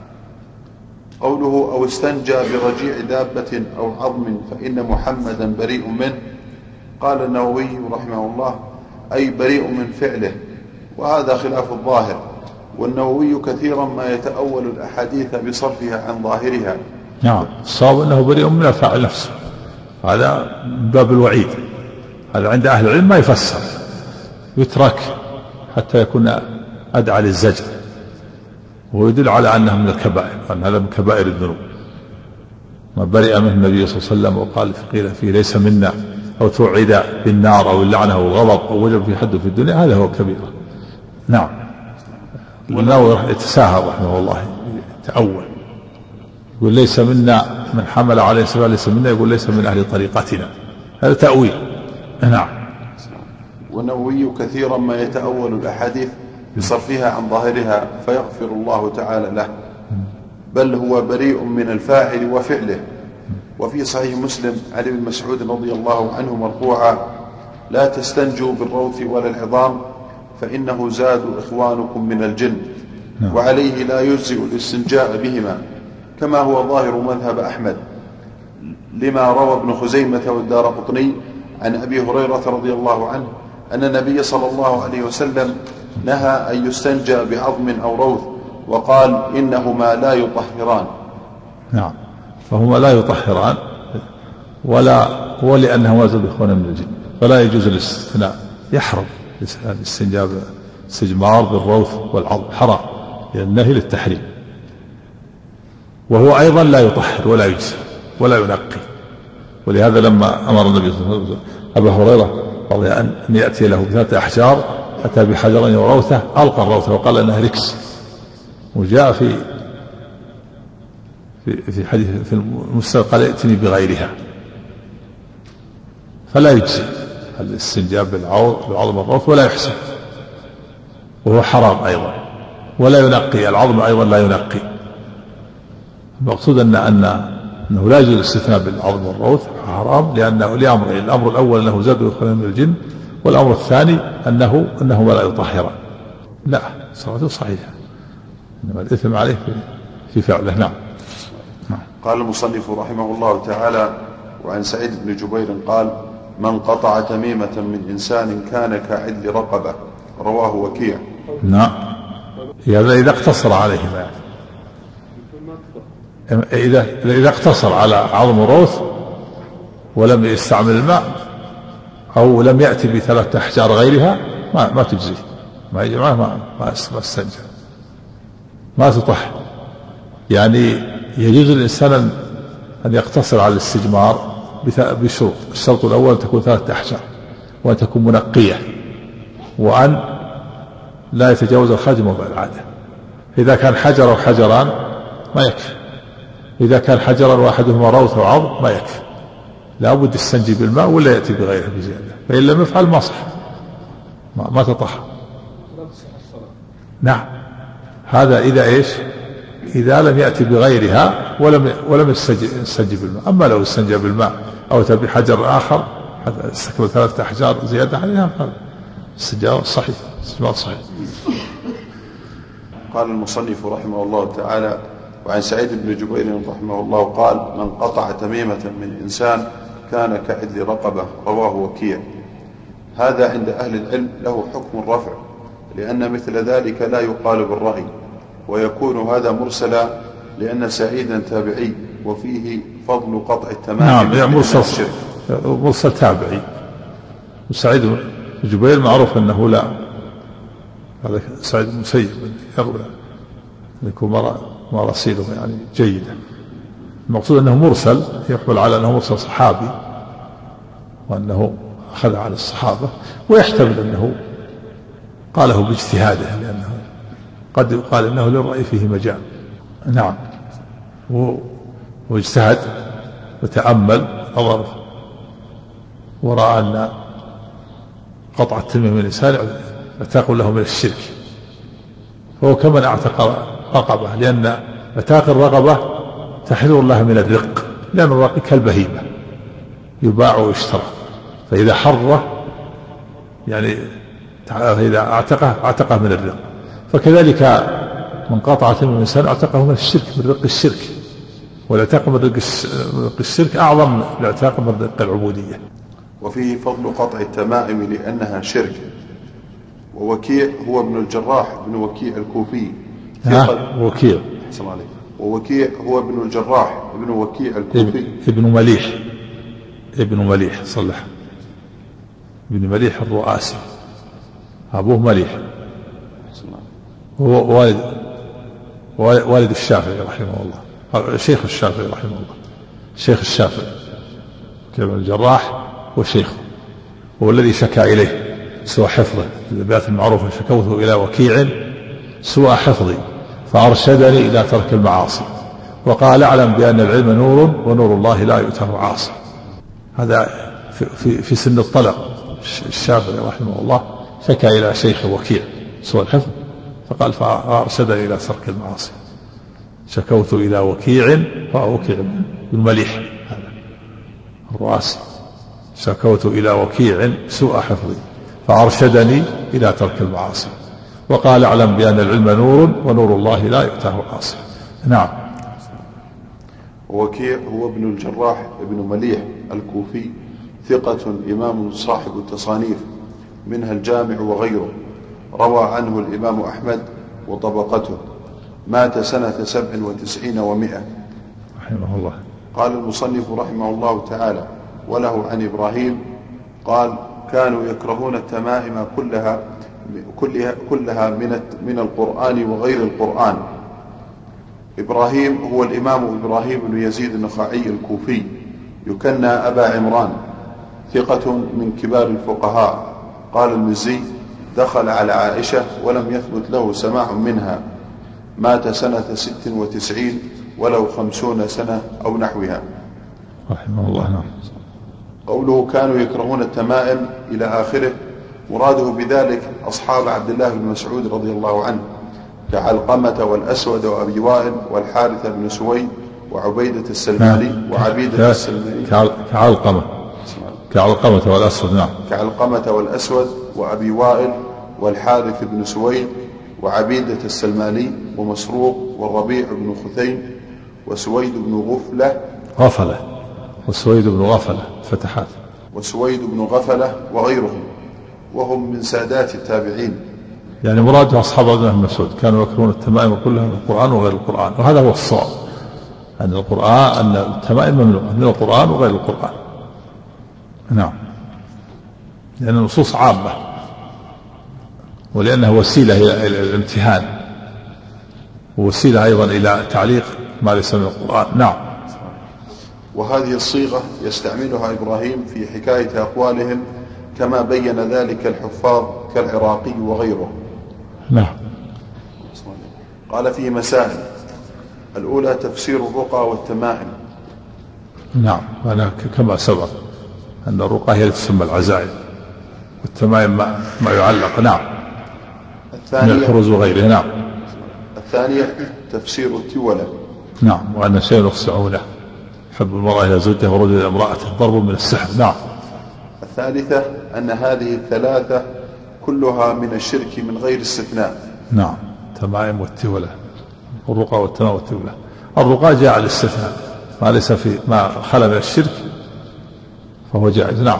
قوله أو استنجى برجيع دابة أو عظم فإن محمدا بريء منه، قال النووي رحمه الله: أي بريء من فعله، وهذا خلاف الظاهر، والنووي كثيرا ما يتأول الأحاديث بصرفها عن ظاهرها. نعم. الصواب أنه بريء من الفاعل نفسه، هذا من باب الوعيد، هذا عند أهل العلم ما يفسر، يترك حتى يكون أدعى للزجر، ويدل على أنه من الكبائر، أن هذا من كبائر الذنوب. ما برئ منه النبي صلى الله عليه وسلم وقال قيل فيه ليس منا، أو توعد بالنار أو اللعنة أو الغضب أو وجب في حد في الدنيا، هذا هو كبيرة. نعم. والنووي يتساهل رحمه الله، يتأول، يقول ليس منا من حمل عليه السبيل ليس منا، يقول ليس من أهل طريقتنا، هذا تأويل. نعم. والنووي كثيرا ما يتأول الأحاديث بصرفها عن ظاهرها فيغفر الله تعالى له، بل هو بريء من الفاعل وفعله. وفي صحيح مسلم عن ابن مسعود رضي الله عنه مرفوعا: لا تستنجوا بالروث ولا العظام فإنه زاد إخوانكم من الجن، وعليه لا يجزئ الاستنجاء بهما، كما هو ظاهر مذهب أحمد، لما روى ابن خزيمة والدارقطني عن أبي هريرة رضي الله عنه أن النبي صلى الله عليه وسلم نهى أن يستنجى بعظم أو روث، وقال إنهما لا يطهران. نعم. فهما لا يطهران، ولا ولأنهما زاد إخوانا من الجن، فلا يجوز الاستثناء، يحرم الاستنجاب استجمار بالروث والعظم، حرام، لأن النهي للتحريم. وهو أيضا لا يطهر ولا يجزي ولا ينقي، ولهذا لما أمر النبي صلى الله عليه وسلم أبا هريرة رضي أن يأتي له بثلاثة أحجار، أتى بحجرين وروثة، ألقى الروثة وقال أنها ركس. وجاء في في في حديث في المسند قال ائتني بغيرها، فلا يجزي الاستنجاب بالعظم الروث ولا يحسن، وهو حرام أيضا، ولا ينقي العظم أيضا، لا ينقي. المقصود أن أن أنه لا يجوز الاستثناء بالعظم والروث، حرام، لأنه لأمرين: الأمر الأول أنه زاد إخوانا من الجن، والأمر الثاني أنه أنهما لا يطهران. لا، صلاته صحيحة، إنما الإثم عليه في, في فعله. نعم. قال المصنف رحمه الله تعالى: وعن سعيد بن جبير قال: من قطع تميمة من إنسان كان كعدل رقبة. رواه وكيع. نعم. هذا إذا اقتصر عليه يعني. إذا إذا اقتصر على عظم روث ولم يستعمل الماء أو لم يأتي بثلاثة أحجار غيرها ما ما تجزي، ما يجي معه ما ما استنجى، ما تطح. يعني يجوز للإنسان أن يقتصر على الاستجمار بشروط. الشرط الأول أن تكون ثلاثة أحجار، وأن تكون منقية، وأن لا يتجاوز الخادم وبالعادة. إذا كان حجر أو حجران ما يكفي. إذا كان حجرا واحدهما روث وعظم ما يكفي، لا بد يستنجي بالماء ولا يأتي بغيره بزيادة، فإن لم يفعل ما صح، ما, ما تطهر. نعم. هذا إذا إيش؟ إذا لم يأتي بغيرها ولم ولم يستنجي بالماء. أما لو استنجى بالماء أو أتى بحجر آخر استكمل ثلاثة أحجار زيادة عليها هذا استنجاء صحيح، استنجاء صحيح. قال المصنف رحمه الله تعالى: وعن سعيد بن جبير رحمه الله قال: من قطع تميمة من إنسان كان كعدل رقبة. رواه وكيع. هذا عند أهل العلم له حكم الرفع، لأن مثل ذلك لا يقال بالرأي، ويكون هذا مرسلا لأن سعيدا تابعي وفيه فضل قطع التمام. نعم، يعني مرسل مرسل تابعي. وسعيد بن جبير معروف أنه لا، هذا سعيد المسيب يروي يكون مراسيله يعني جيدة. المقصود أنه مرسل، يحمل على أنه مرسل صحابي وأنه أخذ عن الصحابة، ويحتمل أنه قاله باجتهاده، لأنه قد يقال أنه للرأي فيه مجال. نعم. واجتهد وتأمل نظر ورأى أن قطع التميم من الإنسان عتاق له من الشرك، فهو كمن اعتق رقبة، لأن عتاق الرقبة تحذر الله من الرق، لأن الرق كالبهيمة يباع ويشترى، فإذا حره يعني إذا اعتقه اعتقه من الرق. فكذلك من قطع تميم من الإنسان اعتقه من الشرك، من رق الشرك، والعتاق من رق الشرك أعظم من العتاق من رق العبودية. وفيه فضل قطع التمائم لأنها شرك. ووكيع هو ابن الجراح بن وكيع الكوفي. وكيع ووكيع هو ابن الجراح ابن وكيع الكوفي. ابن مليح ابن مليح صلح ابن مليح الرؤاسي، أبوه مليح، هو والد والد الشافعي رحمه الله، شيخ الشافعي رحمه الله، شيخ الشافعي ابن الجراح وشيخه، هو الذي شكا إليه سوء حفظه. الأبيات المعروفة: شكوته إلى وكيع سوء حفظي فأرشدني إلى ترك المعاصي، وقال أعلم بأن العلم نور ونور الله لا يؤتاه عاصي. هذا في, في, في سن الطلق. الشافعي رحمه الله شكا إلى شيخ وكيع سوء الحفظ فقال فأرشدني إلى ترك المعاصي. شكوت إلى وكيع فوكيع بن مليح هذا الرؤاسي، شكوت إلى وكيع سوء حفظي فأرشدني إلى ترك المعاصي، وقال أعلم بأن العلم نور ونور الله لا يؤتاه عاصي. نعم. وكيع هو ابن الجراح ابن مليح الكوفي، ثقة إمام صاحب التصانيف منها الجامع وغيره، روى عنه الإمام أحمد وطبقته، مات سنة سبع وتسعين ومائة رحمه الله. قال المصنف رحمه الله تعالى: وله عن إبراهيم قال: كانوا يكرهون التمائم كلها كلها, كلها من من القرآن وغير القرآن. إبراهيم هو الإمام إبراهيم بن يزيد النخعي الكوفي، يكنى أبا عمران، ثقة من كبار الفقهاء. قال المزي: دخل على عائشة ولم يثبت له سماع منها، مات سنة ست وتسعين ولو خمسون سنة أو نحوها رحمه الله. نعم. قوله كانوا يكرهون التمائم إلى آخره، مراده بذلك أصحاب عبد الله بن مسعود رضي الله عنه، كعلقمة والأسود وأبي وائل والحارث بن سويد وعبيدة السلماني وعبيدة السلماني. كعلقمة كعلقمة والأسود. نعم. كعلقمة والأسود وأبي وائل والحارث بن سويد وعبيدة السلماني ومسروق والربيع بن خثيم وسويد بن غفلة غفلة وسويد بن غفلة فتحات وسويد بن غفلة وغيرهم، وهم من سادات التابعين. يعني مراده أصحاب عبد الله بن مسعود كانوا يكرهون التمائم كلها من القرآن وغير القرآن، وهذا هو الصواب، أن القرآن أن التمائم ممنوعة من القرآن وغير القرآن. نعم، لأن النصوص عامة، ولأنها وسيلة إلى الامتهان، ووسيلة أيضا إلى تعليق ما ليس من القرآن. نعم. وهذه الصيغة يستعملها إبراهيم في حكاية أقوالهم كما بين ذلك الحفاظ كالعراقي وغيره. نعم. قال فيه مسائل: الأولى تفسير الرقى والتمائم. نعم، وأنا كما سبق أن الرقى هي تسمى العزائم، والتمائم ما, ما يعلق. نعم، من الحروز وغيره. نعم. الثانية تفسير التولة. نعم، وأن شيء يخصعه له، حب المرأة إلى زوجته ورجل إلى امرأته ضرب من السحر. نعم. الثالثة أن هذه الثلاثة كلها من الشرك من غير استثناء. نعم، التمائم والتولة، الرقى والتمائم والتولة. الرقى جاء على الاستثناء، ما ليس في ما خلا من الشرك فهو جائز. نعم.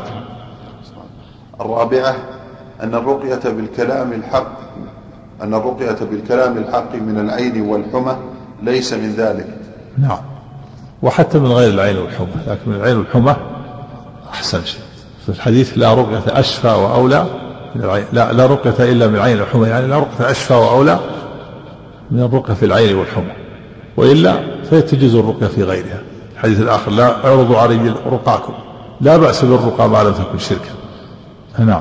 الرابعة أن الرقية بالكلام الحق أن الرقية بالكلام الحق من العين والحمى ليس من ذلك. نعم، وحتى من غير العين والحمى، لكن من العين والحمى أحسن شيء. في الحديث: لا رقية أشفى وأولى من العين، لا, لا رقية إلا من العين والحمى، يعني لا رقية أشفى وأولى من الرقية في العين والحمى، وإلا فيتجوز الرقية في غيرها. الحديث الآخر: لا اعرضوا علي رقاكم، لا بأس بالرقى ما لم تكن شركا. نعم.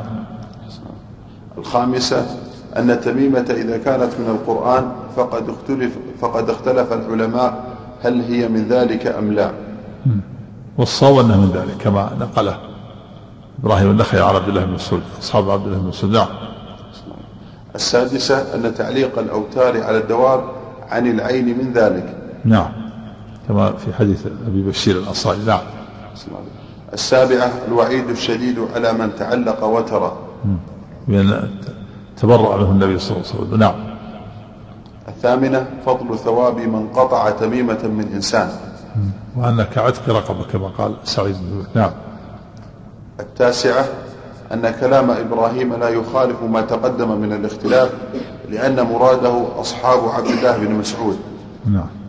الخامسة أن التميمة إذا كانت من القرآن فقد اختلف فقد اختلف العلماء هل هي من ذلك أم لا. والصواب أنه من ذلك كما نقله إبراهيم النخعي عن عبد الله بن مسعود أصحاب عبد الله بن مسعود. نعم. السادسة أن تعليق الأوتار على الدواب عن العين من ذلك. نعم، كما في حديث أبي بشير الأنصاري. نعم. السابعة الوعيد الشديد على من تعلق وترى، من تبرأ له النبي صلى الله عليه وسلم. نعم. الثامنة فضل ثواب من قطع تميمة من إنسان، وأنك عتق رقبة كما قال سعيد بن. نعم. التاسعة أن كلام إبراهيم لا يخالف ما تقدم من الاختلاف، لأن مراده أصحاب عبد الله بن مسعود. نعم.